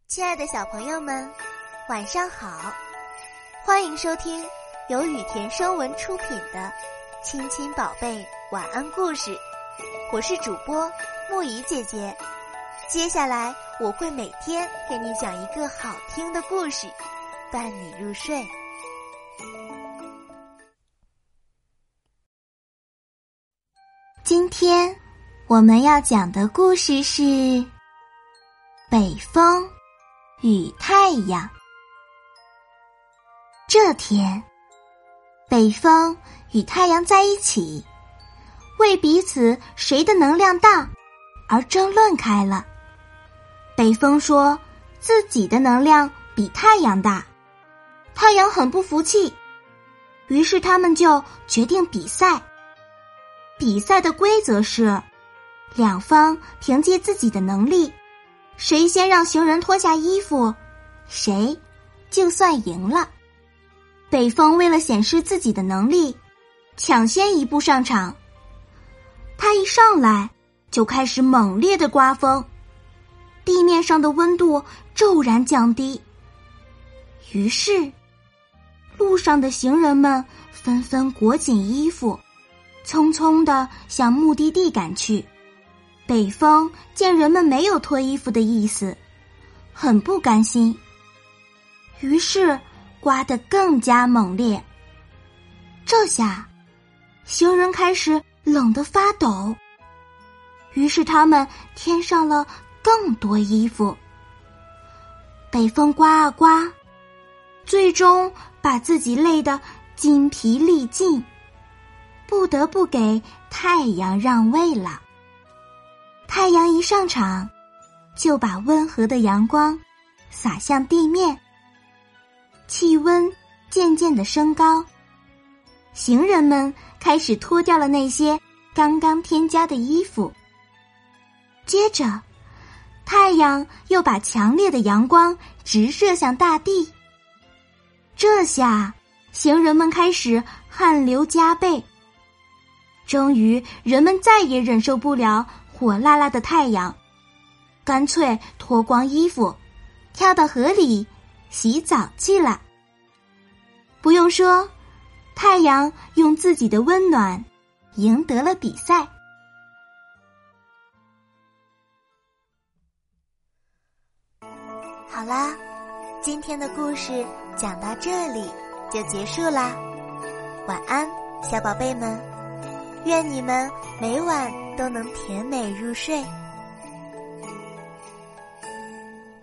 亲爱的小朋友们，晚上好！欢迎收听由雨田声文出品的《亲亲宝贝晚安故事》，我是主播木仪姐姐。接下来我会每天给你讲一个好听的故事，伴你入睡。今天我们要讲的故事是北风与太阳。这天，北风与太阳在一起，为彼此谁的能量大而争论开了。北风说自己的能量比太阳大，太阳很不服气，于是他们就决定比赛。比赛的规则是，两方凭借自己的能力，谁先让行人脱下衣服，谁就算赢了。北风为了显示自己的能力，抢先一步上场。他一上来就开始猛烈的刮风，地面上的温度骤然降低。于是，路上的行人们纷纷裹紧衣服，匆匆地向目的地赶去。北风见人们没有脱衣服的意思，很不甘心，于是刮得更加猛烈。这下，行人开始冷得发抖，于是他们添上了更多衣服。北风刮啊刮，最终把自己累得筋疲力尽，不得不给太阳让位了。太阳一上场，就把温和的阳光洒向地面，气温渐渐地升高，行人们开始脱掉了那些刚刚添加的衣服。接着，太阳又把强烈的阳光直射向大地。这下，行人们开始汗流浃背。终于，人们再也忍受不了火辣辣的太阳，干脆脱光衣服，跳到河里洗澡去了。不用说，太阳用自己的温暖赢得了比赛。好啦，今天的故事讲到这里就结束啦。晚安，小宝贝们，愿你们每晚都能甜美入睡。